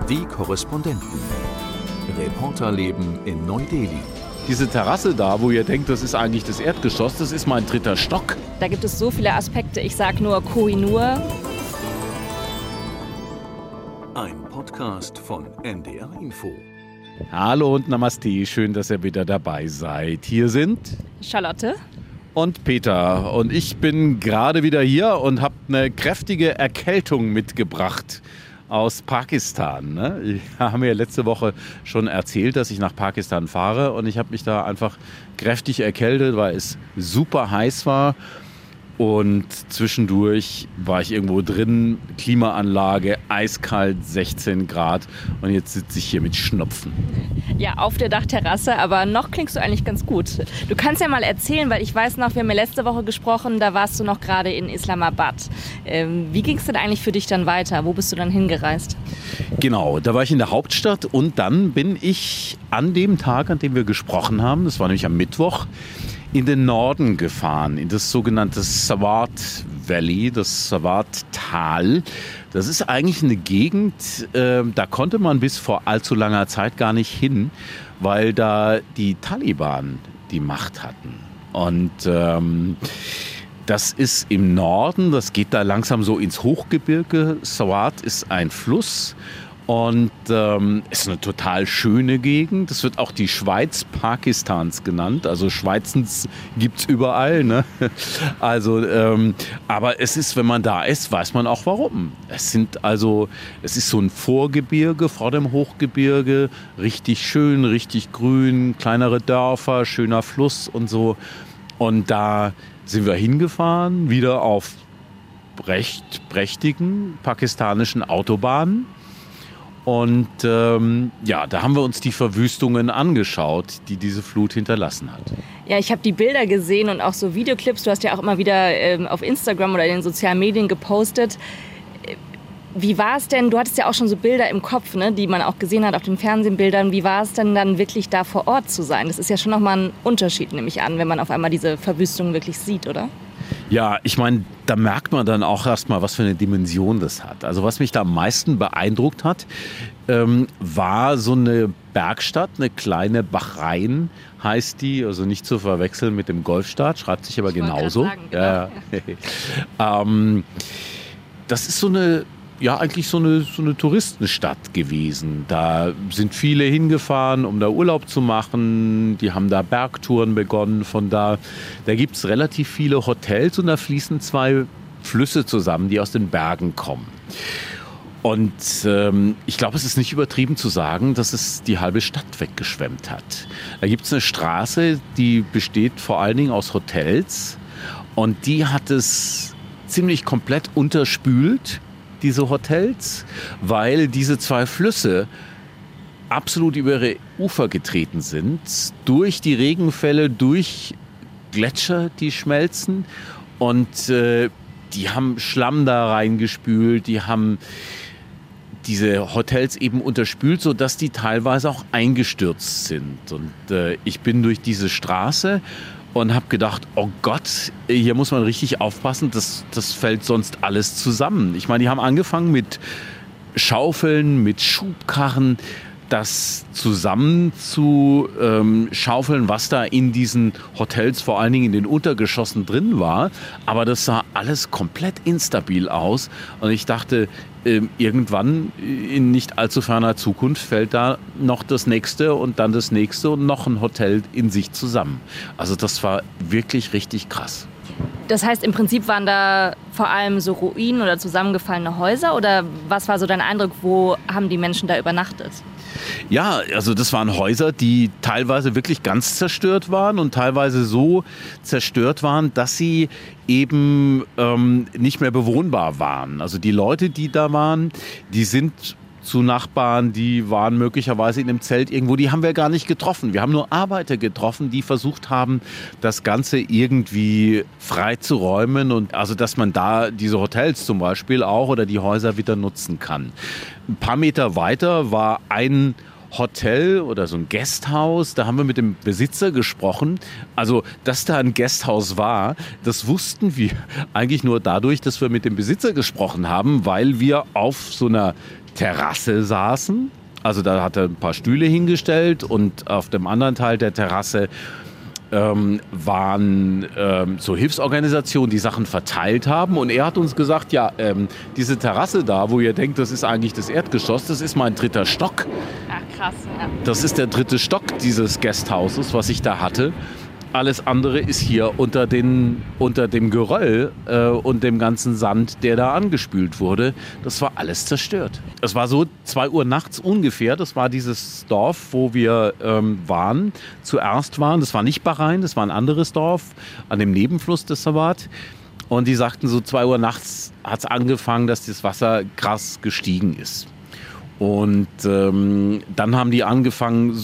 Die Korrespondenten. Reporterleben in Neu-Delhi. Diese Terrasse da, wo ihr denkt, das ist eigentlich das Erdgeschoss, das ist mein 3. Stock. Da gibt es so viele Aspekte, ich sag nur Kohinoor. Ein Podcast von NDR Info. Hallo und Namaste, schön, dass ihr wieder dabei seid. Hier sind Charlotte und Peter. Und ich bin gerade wieder hier und habe eine kräftige Erkältung mitgebracht aus Pakistan. Ne? Ich habe mir letzte Woche schon erzählt, dass ich nach Pakistan fahre. Und ich habe mich da einfach kräftig erkältet, weil es super heiß war. Und zwischendurch war ich irgendwo drin, Klimaanlage, eiskalt, 16 Grad. Und jetzt sitze ich hier mit Schnupfen. Ja, auf der Dachterrasse, aber noch klingst du eigentlich ganz gut. Du kannst ja mal erzählen, weil ich weiß noch, wir haben ja letzte Woche gesprochen, da warst du noch gerade in Islamabad. Wie ging es denn eigentlich für dich dann weiter? Wo bist du dann hingereist? Genau, da war ich in der Hauptstadt und dann bin ich an dem Tag, an dem wir gesprochen haben, das war nämlich am Mittwoch, in den Norden gefahren, in das sogenannte Swat Valley, das Swat-Tal. Das ist eigentlich eine Gegend, da konnte man bis vor allzu langer Zeit gar nicht hin, weil da die Taliban die Macht hatten. Und das ist im Norden, das geht da langsam so ins Hochgebirge. Swat ist ein Fluss. Und ist eine total schöne Gegend. Das wird auch die Schweiz Pakistans genannt. Also Schweizens gibt's überall. Ne? Also, aber es ist, wenn man da ist, weiß man auch warum. Es ist so ein Vorgebirge vor dem Hochgebirge. Richtig schön, richtig grün, kleinere Dörfer, schöner Fluss und so. Und da sind wir hingefahren, wieder auf recht prächtigen pakistanischen Autobahnen. Und da haben wir uns die Verwüstungen angeschaut, die diese Flut hinterlassen hat. Ja, ich habe die Bilder gesehen und auch so Videoclips. Du hast ja auch immer wieder auf Instagram oder in den sozialen Medien gepostet. Wie war es denn, du hattest ja auch schon so Bilder im Kopf, ne, die man auch gesehen hat auf den Fernsehbildern. Wie war es denn dann wirklich da vor Ort zu sein? Das ist ja schon nochmal ein Unterschied, nehme ich an, wenn man auf einmal diese Verwüstungen wirklich sieht, oder? Ja, ich meine, da merkt man dann auch erstmal, was für eine Dimension das hat. Also was mich da am meisten beeindruckt hat, war so eine Bergstadt, eine kleine Bahrain heißt die, also nicht zu verwechseln mit dem Golfstaat, schreibt sich aber genauso. Sagen, genau. Ja. Das ist so eine Touristenstadt gewesen. Da sind viele hingefahren, um da Urlaub zu machen. Die haben da Bergtouren begonnen. Von da gibt es relativ viele Hotels und da fließen 2 Flüsse zusammen, die aus den Bergen kommen. Und ich glaube, es ist nicht übertrieben zu sagen, dass es die halbe Stadt weggeschwemmt hat. Da gibt es eine Straße, die besteht vor allen Dingen aus Hotels und die hat es ziemlich komplett unterspült, diese Hotels, weil diese 2 Flüsse absolut über ihre Ufer getreten sind, durch die Regenfälle, durch Gletscher, die schmelzen und die haben Schlamm da reingespült, die haben diese Hotels eben unterspült, sodass die teilweise auch eingestürzt sind. Und ich bin durch diese Straße und habe gedacht, oh Gott, hier muss man richtig aufpassen, das fällt sonst alles zusammen. Ich meine, die haben angefangen mit Schaufeln, mit Schubkarren, das zusammen zu schaufeln, was da in diesen Hotels, vor allen Dingen in den Untergeschossen drin war. Aber das sah alles komplett instabil aus. Und ich dachte, irgendwann in nicht allzu ferner Zukunft fällt da noch das nächste und dann das nächste und noch ein Hotel in sich zusammen. Also das war wirklich richtig krass. Das heißt, im Prinzip waren da vor allem so Ruinen oder zusammengefallene Häuser? Oder was war so dein Eindruck, wo haben die Menschen da übernachtet? Ja, also das waren Häuser, die teilweise wirklich ganz zerstört waren und teilweise so zerstört waren, dass sie eben nicht mehr bewohnbar waren. Also die Leute, die da waren, die sind zu Nachbarn, die waren möglicherweise in einem Zelt irgendwo, die haben wir gar nicht getroffen. Wir haben nur Arbeiter getroffen, die versucht haben, das Ganze irgendwie frei zu räumen und also, dass man da diese Hotels zum Beispiel auch oder die Häuser wieder nutzen kann. Ein paar Meter weiter war ein Hotel oder so ein Gasthaus, da haben wir mit dem Besitzer gesprochen. Also, dass da ein Gasthaus war, das wussten wir eigentlich nur dadurch, dass wir mit dem Besitzer gesprochen haben, weil wir auf so einer Terrasse saßen. Also da hat er ein paar Stühle hingestellt und auf dem anderen Teil der Terrasse waren so Hilfsorganisationen, die Sachen verteilt haben. Und er hat uns gesagt, ja, diese Terrasse da, wo ihr denkt, das ist eigentlich das Erdgeschoss, das ist mein 3. Stock. Ach krass, ja. Das ist der 3. Stock dieses Gasthauses, was ich da hatte. Alles andere ist hier unter dem Geröll und dem ganzen Sand, der da angespült wurde. Das war alles zerstört. Es war so 2 Uhr nachts ungefähr. Das war dieses Dorf, wo wir zuerst waren. Das war nicht Bahrain, das war ein anderes Dorf an dem Nebenfluss des Sawat. Und die sagten, so 2 Uhr nachts hat es angefangen, dass das Wasser krass gestiegen ist. Und dann haben die angefangen,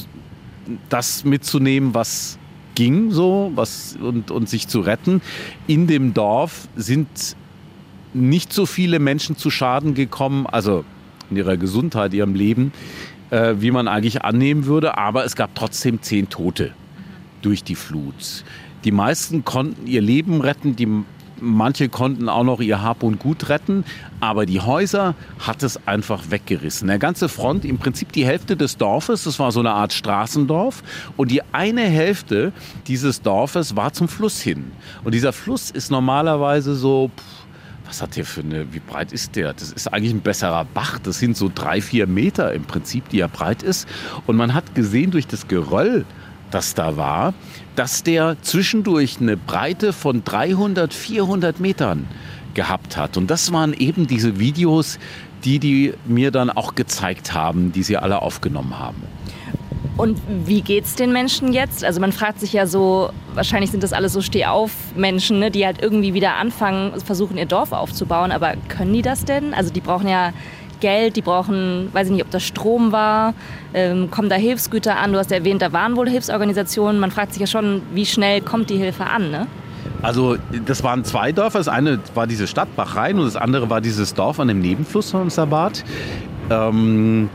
das mitzunehmen, was ging so und sich zu retten. In dem Dorf sind nicht so viele Menschen zu Schaden gekommen, also in ihrer Gesundheit, ihrem Leben, wie man eigentlich annehmen würde. Aber es gab trotzdem 10 Tote durch die Flut. Die meisten konnten ihr Leben retten, manche konnten auch noch ihr Hab und Gut retten, aber die Häuser hat es einfach weggerissen. Der ganze Front, im Prinzip die Hälfte des Dorfes, das war so eine Art Straßendorf, und die eine Hälfte dieses Dorfes war zum Fluss hin. Und dieser Fluss ist normalerweise so, was hat der wie breit ist der? Das ist eigentlich ein besserer Bach, das sind so 3-4 Meter im Prinzip, die er breit ist. Und man hat gesehen durch das Geröll, das da war, dass der zwischendurch eine Breite von 300, 400 Metern gehabt hat. Und das waren eben diese Videos, die mir dann auch gezeigt haben, die sie alle aufgenommen haben. Und wie geht's den Menschen jetzt? Also man fragt sich ja so, wahrscheinlich sind das alles so Stehauf-Menschen, ne, die halt irgendwie wieder anfangen, versuchen ihr Dorf aufzubauen. Aber können die das denn? Also die brauchen ja Geld, die brauchen, weiß ich nicht, ob das Strom war, kommen da Hilfsgüter an. Du hast ja erwähnt, da waren wohl Hilfsorganisationen. Man fragt sich ja schon, wie schnell kommt die Hilfe an, ne? Also das waren 2 Dörfer. Das eine war diese Stadt Bahrain und das andere war dieses Dorf an dem Nebenfluss von Sawat. Da haben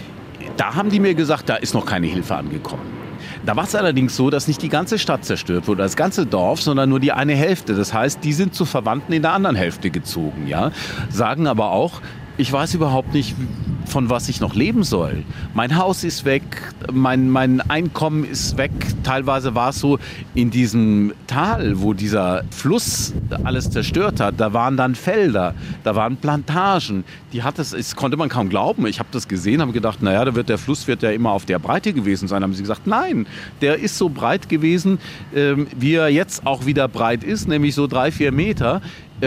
die mir gesagt, da ist noch keine Hilfe angekommen. Da war es allerdings so, dass nicht die ganze Stadt zerstört wurde, das ganze Dorf, sondern nur die eine Hälfte. Das heißt, die sind zu Verwandten in der anderen Hälfte gezogen, ja? Sagen aber auch, ich weiß überhaupt nicht, von was ich noch leben soll. Mein Haus ist weg, mein Einkommen ist weg. Teilweise war es so, in diesem Tal, wo dieser Fluss alles zerstört hat, da waren dann Felder, da waren Plantagen. Das konnte man kaum glauben. Ich habe das gesehen, habe gedacht, naja, der Fluss wird ja immer auf der Breite gewesen sein. Haben sie gesagt, nein, der ist so breit gewesen, wie er jetzt auch wieder breit ist, nämlich so 3-4 Meter.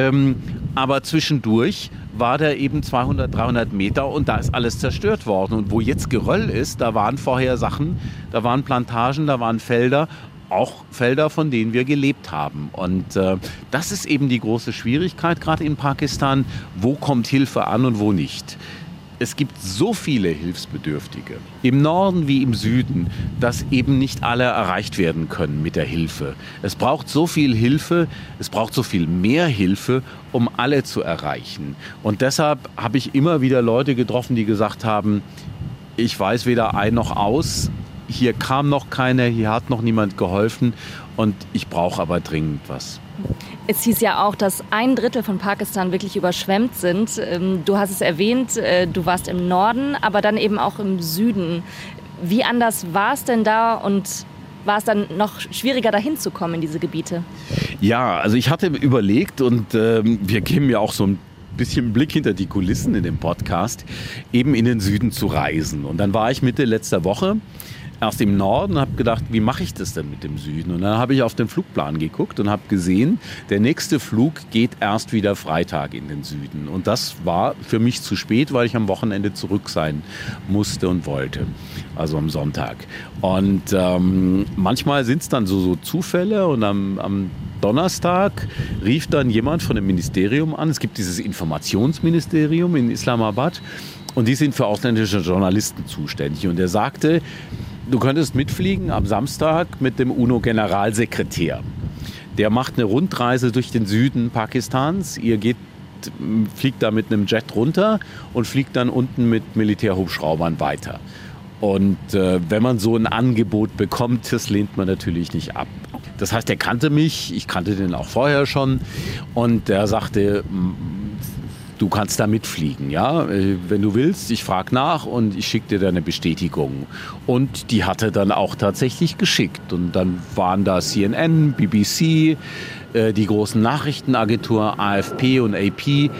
Aber zwischendurch war der eben 200, 300 Meter und da ist alles zerstört worden. Und wo jetzt Geröll ist, da waren vorher Sachen, da waren Plantagen, da waren Felder, auch Felder, von denen wir gelebt haben. Und das ist eben die große Schwierigkeit, gerade in Pakistan. Wo kommt Hilfe an und wo nicht? Es gibt so viele Hilfsbedürftige, im Norden wie im Süden, dass eben nicht alle erreicht werden können mit der Hilfe. Es braucht so viel Hilfe, es braucht so viel mehr Hilfe, um alle zu erreichen. Und deshalb habe ich immer wieder Leute getroffen, die gesagt haben, ich weiß weder ein noch aus, hier kam noch keiner, hier hat noch niemand geholfen und ich brauche aber dringend was. Es hieß ja auch, dass 1/3 von Pakistan wirklich überschwemmt sind. Du hast es erwähnt, du warst im Norden, aber dann eben auch im Süden. Wie anders war es denn da und war es dann noch schwieriger, dahin zu kommen in diese Gebiete? Ja, also ich hatte überlegt und wir geben ja auch so ein bisschen Blick hinter die Kulissen in dem Podcast, eben in den Süden zu reisen. Und dann war ich Mitte letzter Woche erst im Norden und habe gedacht, wie mache ich das denn mit dem Süden? Und dann habe ich auf den Flugplan geguckt und habe gesehen, der nächste Flug geht erst wieder Freitag in den Süden. Und das war für mich zu spät, weil ich am Wochenende zurück sein musste und wollte, also am Sonntag. Und manchmal sind es dann so Zufälle und am Donnerstag rief dann jemand von dem Ministerium an. Es gibt dieses Informationsministerium in Islamabad und die sind für ausländische Journalisten zuständig. Und er sagte, du könntest mitfliegen am Samstag mit dem UNO-Generalsekretär. Der macht eine Rundreise durch den Süden Pakistans. Ihr fliegt da mit einem Jet runter und fliegt dann unten mit Militärhubschraubern weiter. Und wenn man so ein Angebot bekommt, das lehnt man natürlich nicht ab. Das heißt, er kannte mich, ich kannte den auch vorher schon und er sagte, du kannst da mitfliegen, ja, wenn du willst, ich frage nach und ich schicke dir eine Bestätigung. Und die hat er dann auch tatsächlich geschickt. Und dann waren da CNN, BBC, die großen Nachrichtenagenturen AFP und AP.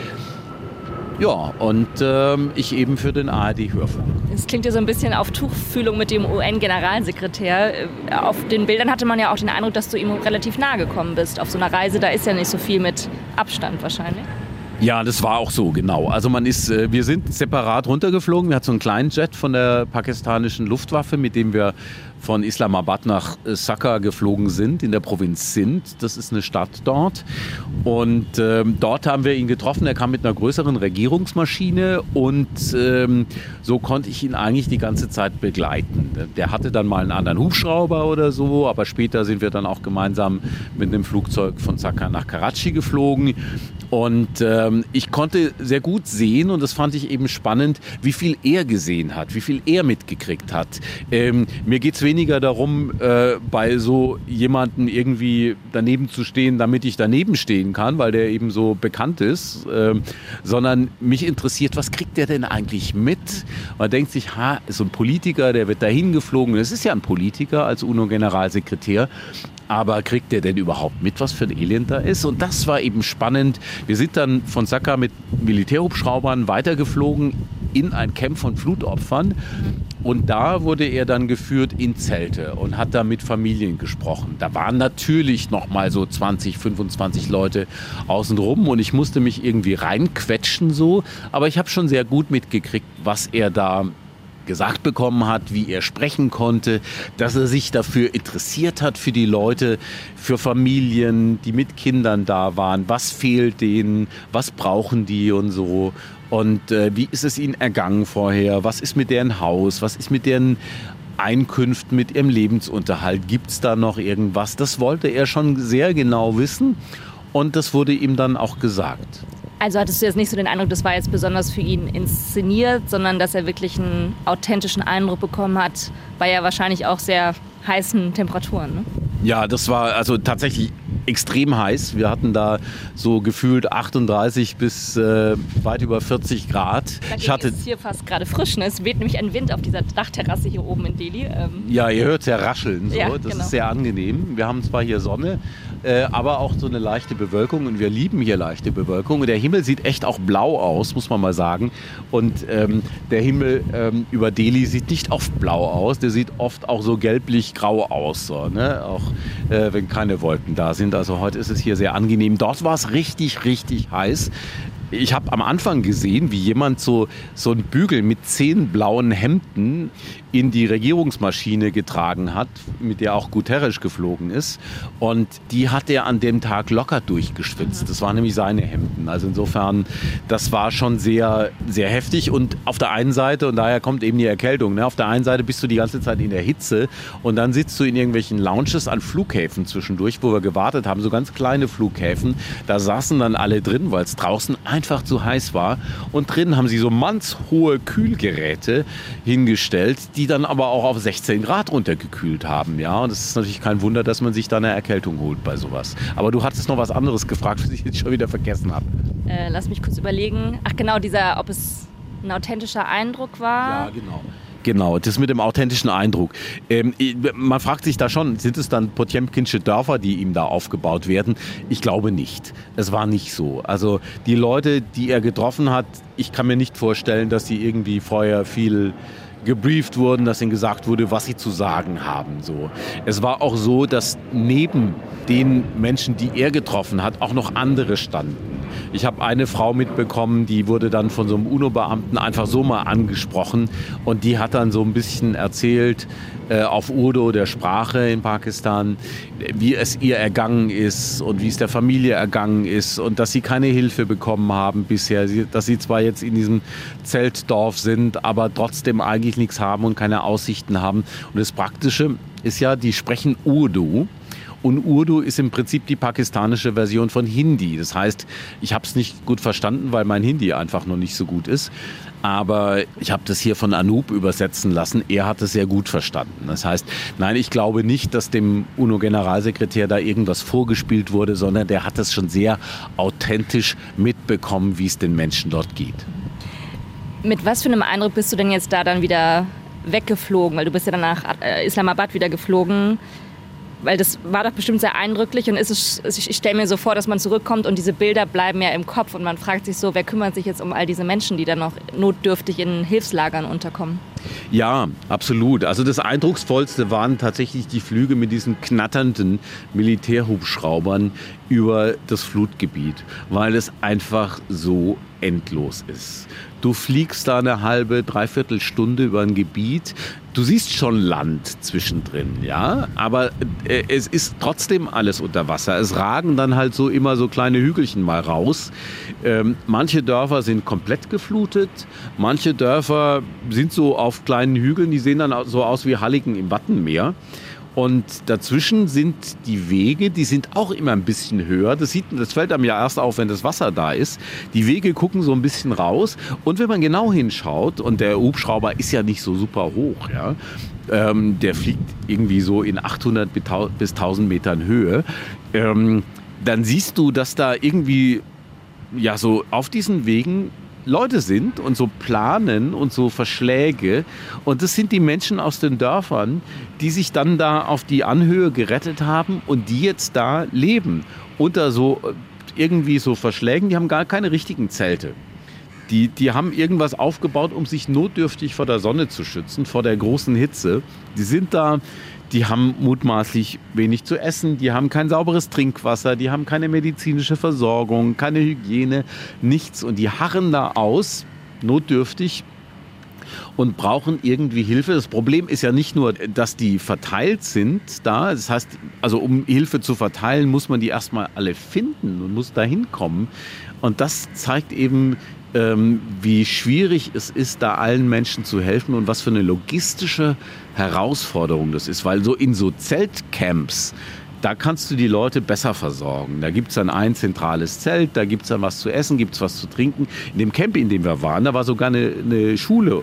Ja, und ich eben für den ARD-Hörfunk. Es klingt ja so ein bisschen auf Tuchfühlung mit dem UN-Generalsekretär. Auf den Bildern hatte man ja auch den Eindruck, dass du ihm relativ nahe gekommen bist. Auf so einer Reise, da ist ja nicht so viel mit Abstand wahrscheinlich. Ja, das war auch so, genau. Also wir sind separat runtergeflogen. Wir hatten so einen kleinen Jet von der pakistanischen Luftwaffe, mit dem wir von Islamabad nach Sakka geflogen sind, in der Provinz Sindh. Das ist eine Stadt dort. Und dort haben wir ihn getroffen. Er kam mit einer größeren Regierungsmaschine und so konnte ich ihn eigentlich die ganze Zeit begleiten. Der hatte dann mal einen anderen Hubschrauber oder so, aber später sind wir dann auch gemeinsam mit einem Flugzeug von Sakka nach Karachi geflogen. Und ich konnte sehr gut sehen, und das fand ich eben spannend, wie viel er gesehen hat, wie viel er mitgekriegt hat. Mir geht es weniger darum, bei so jemandem irgendwie daneben zu stehen, damit ich daneben stehen kann, weil der eben so bekannt ist, sondern mich interessiert, was kriegt der denn eigentlich mit? Man denkt sich, so ein Politiker, der wird dahin geflogen. Das ist ja ein Politiker als UNO-Generalsekretär. Aber kriegt der denn überhaupt mit, was für ein Elend da ist? Und das war eben spannend. Wir sind dann von Sakka mit Militärhubschraubern weitergeflogen in ein Camp von Flutopfern. Und da wurde er dann geführt in Zelte und hat da mit Familien gesprochen. Da waren natürlich noch mal so 20, 25 Leute außenrum und ich musste mich irgendwie reinquetschen so. Aber ich habe schon sehr gut mitgekriegt, was er da gesagt bekommen hat, wie er sprechen konnte, dass er sich dafür interessiert hat, für die Leute, für Familien, die mit Kindern da waren. Was fehlt denen? Was brauchen die und so? Und wie ist es ihnen ergangen vorher? Was ist mit deren Haus? Was ist mit deren Einkünften, mit ihrem Lebensunterhalt? Gibt es da noch irgendwas? Das wollte er schon sehr genau wissen und das wurde ihm dann auch gesagt. Also hattest du jetzt nicht so den Eindruck, das war jetzt besonders für ihn inszeniert, sondern dass er wirklich einen authentischen Eindruck bekommen hat, bei ja wahrscheinlich auch sehr heißen Temperaturen, ne? Ja, das war also tatsächlich extrem heiß. Wir hatten da so gefühlt 38 bis weit über 40 Grad. Dagegen ist hier fast gerade frisch, ne? Es weht nämlich ein Wind auf dieser Dachterrasse hier oben in Delhi. Ja, ihr hört es ja rascheln. So. Ja, das genau. ist sehr angenehm. Wir haben zwar hier Sonne, aber auch so eine leichte Bewölkung und wir lieben hier leichte Bewölkung. Und der Himmel sieht echt auch blau aus, muss man mal sagen. Und der Himmel über Delhi sieht nicht oft blau aus, der sieht oft auch so gelblich-grau aus, so, ne? Auch wenn keine Wolken da sind. Also heute ist es hier sehr angenehm. Dort war es richtig, richtig heiß. Ich habe am Anfang gesehen, wie jemand so einen Bügel mit 10 blauen Hemden in die Regierungsmaschine getragen hat, mit der auch Guterres geflogen ist. Und die hat er an dem Tag locker durchgeschwitzt. Das waren nämlich seine Hemden. Also insofern, das war schon sehr, sehr heftig. Und auf der einen Seite, und daher kommt eben die Erkältung, ne? Auf der einen Seite bist du die ganze Zeit in der Hitze und dann sitzt du in irgendwelchen Lounges an Flughäfen zwischendurch, wo wir gewartet haben, so ganz kleine Flughäfen. Da saßen dann alle drin, weil es draußen einfach zu heiß war. Und drin haben sie so mannshohe Kühlgeräte hingestellt, die dann aber auch auf 16 Grad runtergekühlt haben. Ja? Und es ist natürlich kein Wunder, dass man sich da eine Erkältung holt bei sowas. Aber du hattest noch was anderes gefragt, was ich jetzt schon wieder vergessen habe. Lass mich kurz überlegen. Ach genau, ob es ein authentischer Eindruck war. Ja, genau. Genau, das mit dem authentischen Eindruck. Man fragt sich da schon, sind es dann potjemkinsche Dörfer, die ihm da aufgebaut werden? Ich glaube nicht. Es war nicht so. Also die Leute, die er getroffen hat, ich kann mir nicht vorstellen, dass sie irgendwie vorher viel gebrieft wurden, dass ihnen gesagt wurde, was sie zu sagen haben. So. Es war auch so, dass neben den Menschen, die er getroffen hat, auch noch andere standen. Ich habe eine Frau mitbekommen, die wurde dann von so einem UNO-Beamten einfach so mal angesprochen und die hat dann so ein bisschen erzählt auf Urdu, der Sprache in Pakistan, wie es ihr ergangen ist und wie es der Familie ergangen ist und dass sie keine Hilfe bekommen haben bisher, dass sie zwar jetzt in diesem Zeltdorf sind, aber trotzdem eigentlich nichts haben und keine Aussichten haben. Und das Praktische ist ja, die sprechen Urdu. Und Urdu ist im Prinzip die pakistanische Version von Hindi. Das heißt, ich habe es nicht gut verstanden, weil mein Hindi einfach noch nicht so gut ist. Aber ich habe das hier von Anup übersetzen lassen. Er hat es sehr gut verstanden. Das heißt, nein, ich glaube nicht, dass dem UNO-Generalsekretär da irgendwas vorgespielt wurde, sondern der hat es schon sehr authentisch mitbekommen, wie es den Menschen dort geht. Mit was für einem Eindruck bist du denn jetzt da dann wieder weggeflogen? Weil du bist ja dann nach Islamabad wieder geflogen. Weil das war doch bestimmt sehr eindrücklich und ich stelle mir so vor, dass man zurückkommt und diese Bilder bleiben ja im Kopf und man fragt sich so, wer kümmert sich jetzt um all diese Menschen, die dann noch notdürftig in Hilfslagern unterkommen? Ja, absolut. Also das Eindrucksvollste waren tatsächlich die Flüge mit diesen knatternden Militärhubschraubern über das Flutgebiet, weil es einfach so endlos ist. Du fliegst da eine halbe, dreiviertel Stunde über ein Gebiet. Du siehst schon Land zwischendrin, ja, aber es ist trotzdem alles unter Wasser. Es ragen dann halt so immer so kleine Hügelchen mal raus. Manche Dörfer sind komplett geflutet, manche Dörfer sind so auf kleinen Hügeln, die sehen dann so aus wie Halligen im Wattenmeer. Und dazwischen sind die Wege, die sind auch immer ein bisschen höher. Das fällt einem ja erst auf, wenn das Wasser da ist. Die Wege gucken so ein bisschen raus. Und wenn man genau hinschaut, und der Hubschrauber ist ja nicht so super hoch, ja, der fliegt irgendwie so in 800 bis 1000 Metern Höhe, dann siehst du, dass da irgendwie ja so auf diesen Wegen Leute sind und so planen und so Verschläge. Und das sind die Menschen aus den Dörfern, die sich dann da auf die Anhöhe gerettet haben und die jetzt da leben. Unter so irgendwie so Verschlägen, die haben gar keine richtigen Zelte. Die haben irgendwas aufgebaut, um sich notdürftig vor der Sonne zu schützen, vor der großen Hitze. Die sind da, die haben mutmaßlich wenig zu essen, die haben kein sauberes Trinkwasser, die haben keine medizinische Versorgung, keine Hygiene, nichts. Und die harren da aus, notdürftig, und brauchen irgendwie Hilfe. Das Problem ist ja nicht nur, dass die verteilt sind da. Das heißt, also um Hilfe zu verteilen, muss man die erstmal alle finden und muss da hinkommen. Und das zeigt eben, wie schwierig es ist, da allen Menschen zu helfen und was für eine logistische Herausforderung das ist. Weil so in so Zeltcamps, da kannst du die Leute besser versorgen. Da gibt es dann ein zentrales Zelt, da gibt es dann was zu essen, gibt es was zu trinken. In dem Camp, in dem wir waren, da war sogar eine Schule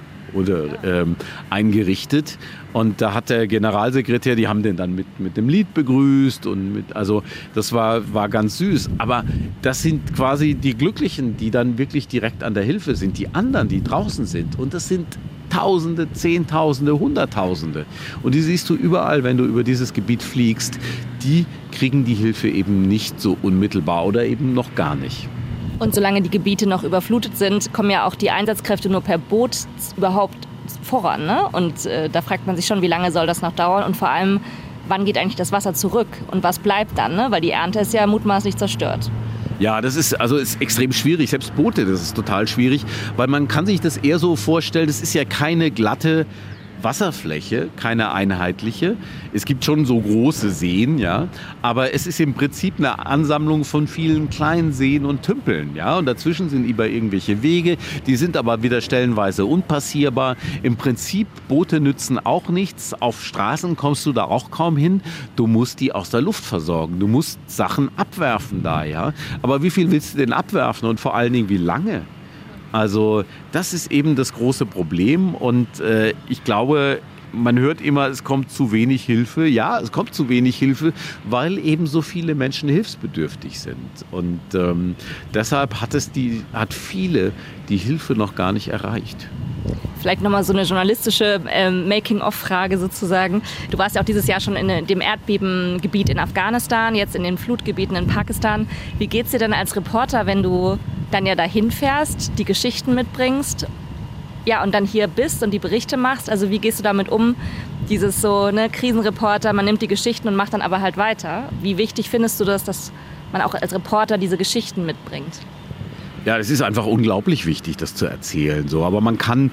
eingerichtet. Und da hat der Generalsekretär, die haben den dann mit dem Lied begrüßt. Also das war ganz süß. Aber das sind quasi die Glücklichen, die dann wirklich direkt an der Hilfe sind. Die anderen, die draußen sind. Und das sind Tausende, Zehntausende, Hunderttausende. Und die siehst du überall, wenn du über dieses Gebiet fliegst. Die kriegen die Hilfe eben nicht so unmittelbar oder eben noch gar nicht. Und solange die Gebiete noch überflutet sind, kommen ja auch die Einsatzkräfte nur per Boot überhaupt voran. Ne? Und da fragt man sich schon, wie lange soll das noch dauern? Und vor allem, wann geht eigentlich das Wasser zurück? Und was bleibt dann? Ne? Weil die Ernte ist ja mutmaßlich zerstört. Ja, das ist extrem schwierig. Selbst Boote, das ist total schwierig. Weil man kann sich das eher so vorstellen, das ist ja keine glatte Wasserfläche, keine einheitliche. Es gibt schon so große Seen, ja, aber es ist im Prinzip eine Ansammlung von vielen kleinen Seen und Tümpeln, ja, und dazwischen sind über irgendwelche Wege, die sind aber wieder stellenweise unpassierbar. Im Prinzip, Boote nützen auch nichts, auf Straßen kommst du da auch kaum hin, du musst die aus der Luft versorgen, du musst Sachen abwerfen da, ja, aber wie viel willst du denn abwerfen und vor allen Dingen wie lange? Also das ist eben das große Problem und ich glaube, man hört immer, es kommt zu wenig Hilfe. Ja, es kommt zu wenig Hilfe, weil eben so viele Menschen hilfsbedürftig sind. Und deshalb hat viele die Hilfe noch gar nicht erreicht. Vielleicht nochmal so eine journalistische Making-of-Frage sozusagen. Du warst ja auch dieses Jahr schon in dem Erdbebengebiet in Afghanistan, jetzt in den Flutgebieten in Pakistan. Wie geht's dir denn als Reporter, wenn du dann ja dahin fährst, die Geschichten mitbringst, ja, und dann hier bist und die Berichte machst? Also wie gehst du damit um? Dieses so, ne, Krisenreporter, man nimmt die Geschichten und macht dann aber halt weiter. Wie wichtig findest du das, dass man auch als Reporter diese Geschichten mitbringt? Ja, es ist einfach unglaublich wichtig, das zu erzählen. So. Aber man kann,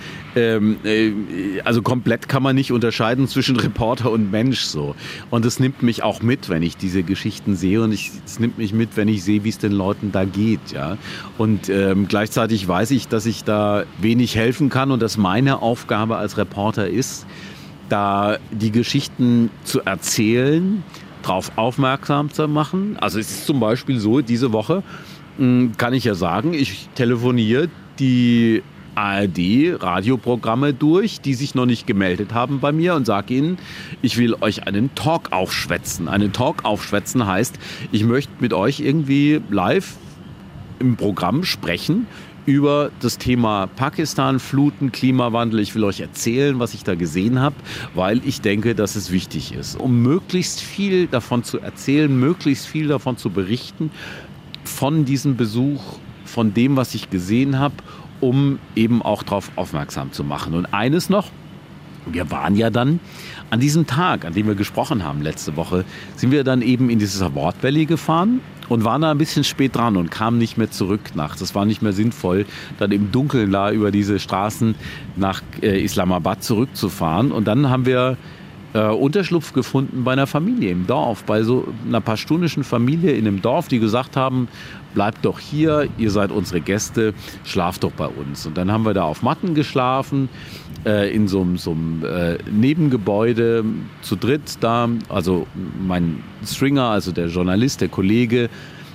also komplett kann man nicht unterscheiden zwischen Reporter und Mensch. So. Und es nimmt mich auch mit, wenn ich diese Geschichten sehe. Und es nimmt mich mit, wenn ich sehe, wie es den Leuten da geht. Ja. Und gleichzeitig weiß ich, dass ich da wenig helfen kann und dass meine Aufgabe als Reporter ist, da die Geschichten zu erzählen darauf aufmerksam zu machen. Also es ist zum Beispiel so, diese Woche kann ich ja sagen, ich telefoniere die ARD-Radioprogramme durch, die sich noch nicht gemeldet haben bei mir und sage ihnen, ich will euch einen Talk aufschwätzen. Einen Talk aufschwätzen heißt, ich möchte mit euch irgendwie live im Programm sprechen über das Thema Pakistan, Fluten, Klimawandel. Ich will euch erzählen, was ich da gesehen habe, weil ich denke, dass es wichtig ist. Um möglichst viel davon zu erzählen, möglichst viel davon zu berichten, von diesem Besuch, von dem, was ich gesehen habe, um eben auch darauf aufmerksam zu machen. Und eines noch, wir waren ja dann an diesem Tag, an dem wir gesprochen haben letzte Woche, sind wir dann eben in dieses Award Valley gefahren und waren da ein bisschen spät dran und kamen nicht mehr zurück nachts. Es war nicht mehr sinnvoll, dann im Dunkeln da über diese Straßen nach Islamabad zurückzufahren. Und dann haben wir Unterschlupf gefunden bei einer Familie im Dorf, bei so einer pashtunischen Familie in einem Dorf, die gesagt haben, bleibt doch hier, ihr seid unsere Gäste, schlaft doch bei uns. Und dann haben wir da auf Matten geschlafen, in so einem Nebengebäude zu dritt da, also mein Stringer, also der Journalist, der Kollege,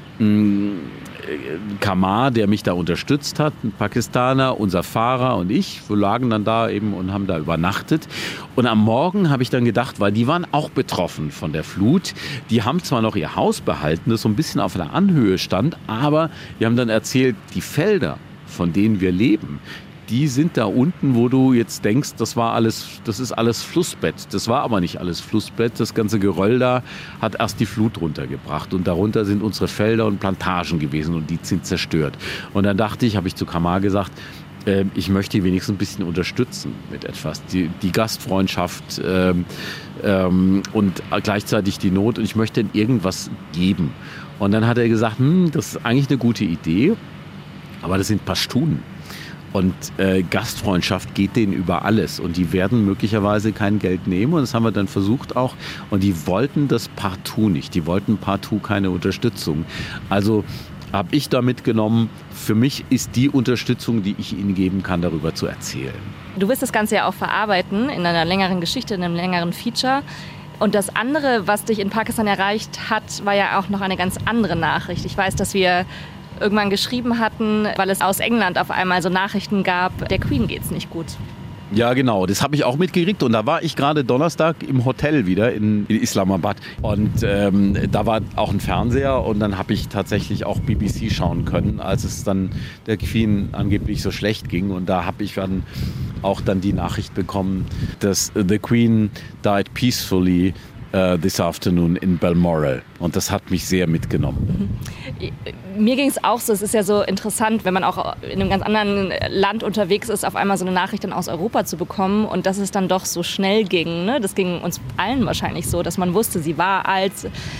Kamar, der mich da unterstützt hat, ein Pakistaner, unser Fahrer und ich. Wir lagen dann da eben und haben da übernachtet. Und am Morgen habe ich dann gedacht, weil die waren auch betroffen von der Flut. Die haben zwar noch ihr Haus behalten, das so ein bisschen auf einer Anhöhe stand, aber die haben dann erzählt, die Felder, von denen wir leben, die sind da unten, wo du jetzt denkst, das ist alles Flussbett. Das war aber nicht alles Flussbett. Das ganze Geröll da hat erst die Flut runtergebracht. Und darunter sind unsere Felder und Plantagen gewesen und die sind zerstört. Und dann dachte ich, habe ich zu Kamar gesagt, ich möchte die wenigstens ein bisschen unterstützen mit etwas. Die Gastfreundschaft und gleichzeitig die Not. Und ich möchte ihnen irgendwas geben. Und dann hat er gesagt, das ist eigentlich eine gute Idee, aber das sind Pashtunen. Und Gastfreundschaft geht denen über alles. Und die werden möglicherweise kein Geld nehmen. Und das haben wir dann versucht auch. Und die wollten das partout nicht. Die wollten partout keine Unterstützung. Also habe ich da mitgenommen, für mich ist die Unterstützung, die ich ihnen geben kann, darüber zu erzählen. Du wirst das Ganze ja auch verarbeiten in einer längeren Geschichte, in einem längeren Feature. Und das andere, was dich in Pakistan erreicht hat, war ja auch noch eine ganz andere Nachricht. Ich weiß, dass wir irgendwann geschrieben hatten, weil es aus England auf einmal so Nachrichten gab, der Queen geht's nicht gut. Ja, genau. Das habe ich auch mitgekriegt. Und da war ich gerade Donnerstag im Hotel wieder in Islamabad. Und da war auch ein Fernseher. Und dann habe ich tatsächlich auch BBC schauen können, als es dann der Queen angeblich so schlecht ging. Und da habe ich dann auch die Nachricht bekommen, dass the Queen died peacefully this afternoon in Balmoral. Und das hat mich sehr mitgenommen. Mir ging es auch so. Es ist ja so interessant, wenn man auch in einem ganz anderen Land unterwegs ist, auf einmal so eine Nachricht dann aus Europa zu bekommen und dass es dann doch so schnell ging. Ne? Das ging uns allen wahrscheinlich so, dass man wusste, sie war alt.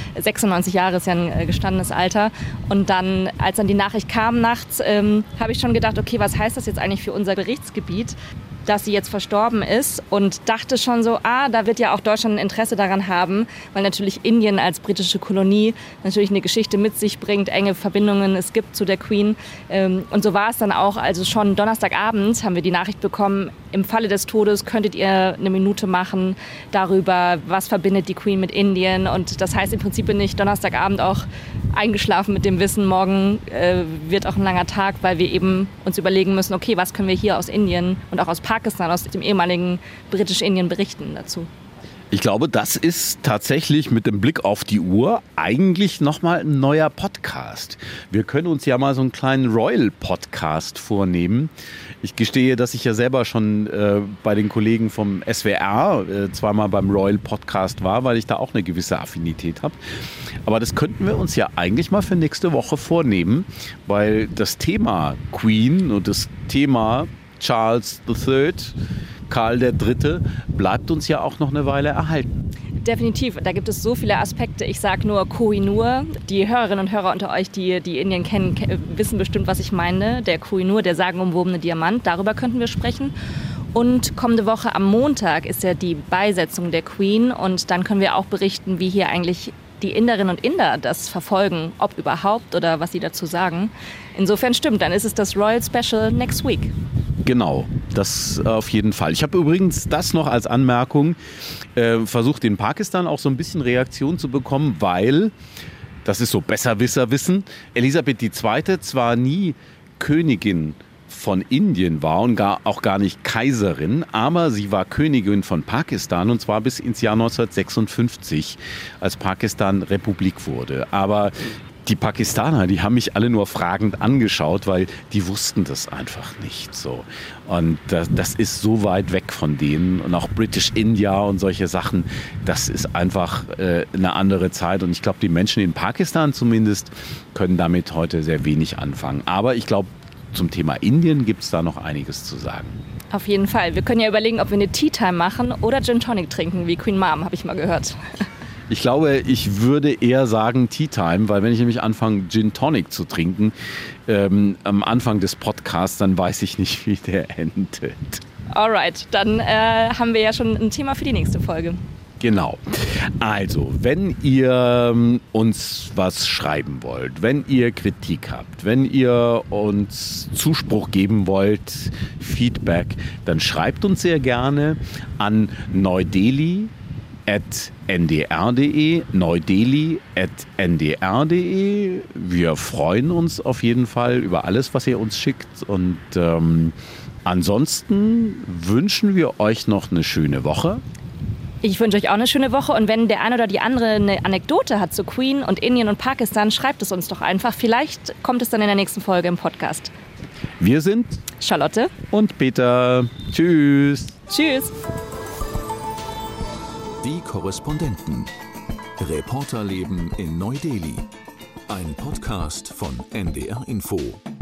96 Jahre ist ja ein gestandenes Alter. Und dann, als dann die Nachricht kam nachts, habe ich schon gedacht, okay, was heißt das jetzt eigentlich für unser Berichtsgebiet, dass sie jetzt verstorben ist, und dachte schon so, da wird ja auch Deutschland ein Interesse daran haben, weil natürlich Indien als britische Kolonie natürlich eine Geschichte mit sich bringt, enge Verbindungen es gibt zu der Queen. Und so war es dann auch. Also schon Donnerstagabend haben wir die Nachricht bekommen, im Falle des Todes könntet ihr eine Minute machen darüber, was verbindet die Queen mit Indien. Und das heißt, im Prinzip bin ich Donnerstagabend auch eingeschlafen mit dem Wissen, morgen wird auch ein langer Tag, weil wir eben uns überlegen müssen, okay, was können wir hier aus Indien und auch aus Pakistan, aus dem ehemaligen Britisch-Indien berichten dazu. Ich glaube, das ist tatsächlich mit dem Blick auf die Uhr eigentlich nochmal ein neuer Podcast. Wir können uns ja mal so einen kleinen Royal-Podcast vornehmen. Ich gestehe, dass ich ja selber schon bei den Kollegen vom SWR zweimal beim Royal-Podcast war, weil ich da auch eine gewisse Affinität habe. Aber das könnten wir uns ja eigentlich mal für nächste Woche vornehmen, weil das Thema Queen und das Thema Charles III, Karl III, bleibt uns ja auch noch eine Weile erhalten. Definitiv, da gibt es so viele Aspekte. Ich sage nur Kohinoor. Die Hörerinnen und Hörer unter euch, die Indien kennen, wissen bestimmt, was ich meine. Der Kohinoor, der sagenumwobene Diamant, darüber könnten wir sprechen. Und kommende Woche am Montag ist ja die Beisetzung der Queen. Und dann können wir auch berichten, wie hier eigentlich die Inderinnen und Inder das verfolgen, ob überhaupt oder was sie dazu sagen. Insofern stimmt, dann ist es das Royal Special next week. Genau, das auf jeden Fall. Ich habe übrigens das noch als Anmerkung versucht, in Pakistan auch so ein bisschen Reaktion zu bekommen, weil, das ist so Besserwisser-Wissen, Elisabeth II. Zwar nie Königin von Indien war und auch gar nicht Kaiserin, aber sie war Königin von Pakistan und zwar bis ins Jahr 1956, als Pakistan Republik wurde. Aber die Pakistaner, die haben mich alle nur fragend angeschaut, weil die wussten das einfach nicht so. Und das ist so weit weg von denen. Und auch British India und solche Sachen, das ist einfach eine andere Zeit. Und ich glaube, die Menschen in Pakistan zumindest können damit heute sehr wenig anfangen. Aber ich glaube, zum Thema Indien gibt es da noch einiges zu sagen. Auf jeden Fall. Wir können ja überlegen, ob wir eine Tea Time machen oder Gin Tonic trinken, wie Queen Mom, habe ich mal gehört. Ich glaube, ich würde eher sagen Tea Time, weil wenn ich nämlich anfange, Gin Tonic zu trinken, am Anfang des Podcasts, dann weiß ich nicht, wie der endet. Alright, dann haben wir ja schon ein Thema für die nächste Folge. Genau. Also, wenn ihr uns was schreiben wollt, wenn ihr Kritik habt, wenn ihr uns Zuspruch geben wollt, Feedback, dann schreibt uns sehr gerne an neudeli@ndr.de, neudeli@ndr.de. Wir freuen uns auf jeden Fall über alles, was ihr uns schickt. Und ansonsten wünschen wir euch noch eine schöne Woche. Ich wünsche euch auch eine schöne Woche und wenn der eine oder die andere eine Anekdote hat zu Queen und Indien und Pakistan, schreibt es uns doch einfach. Vielleicht kommt es dann in der nächsten Folge im Podcast. Wir sind Charlotte und Peter. Tschüss. Tschüss. Die Korrespondenten. Reporterleben in Neu-Delhi. Ein Podcast von NDR Info.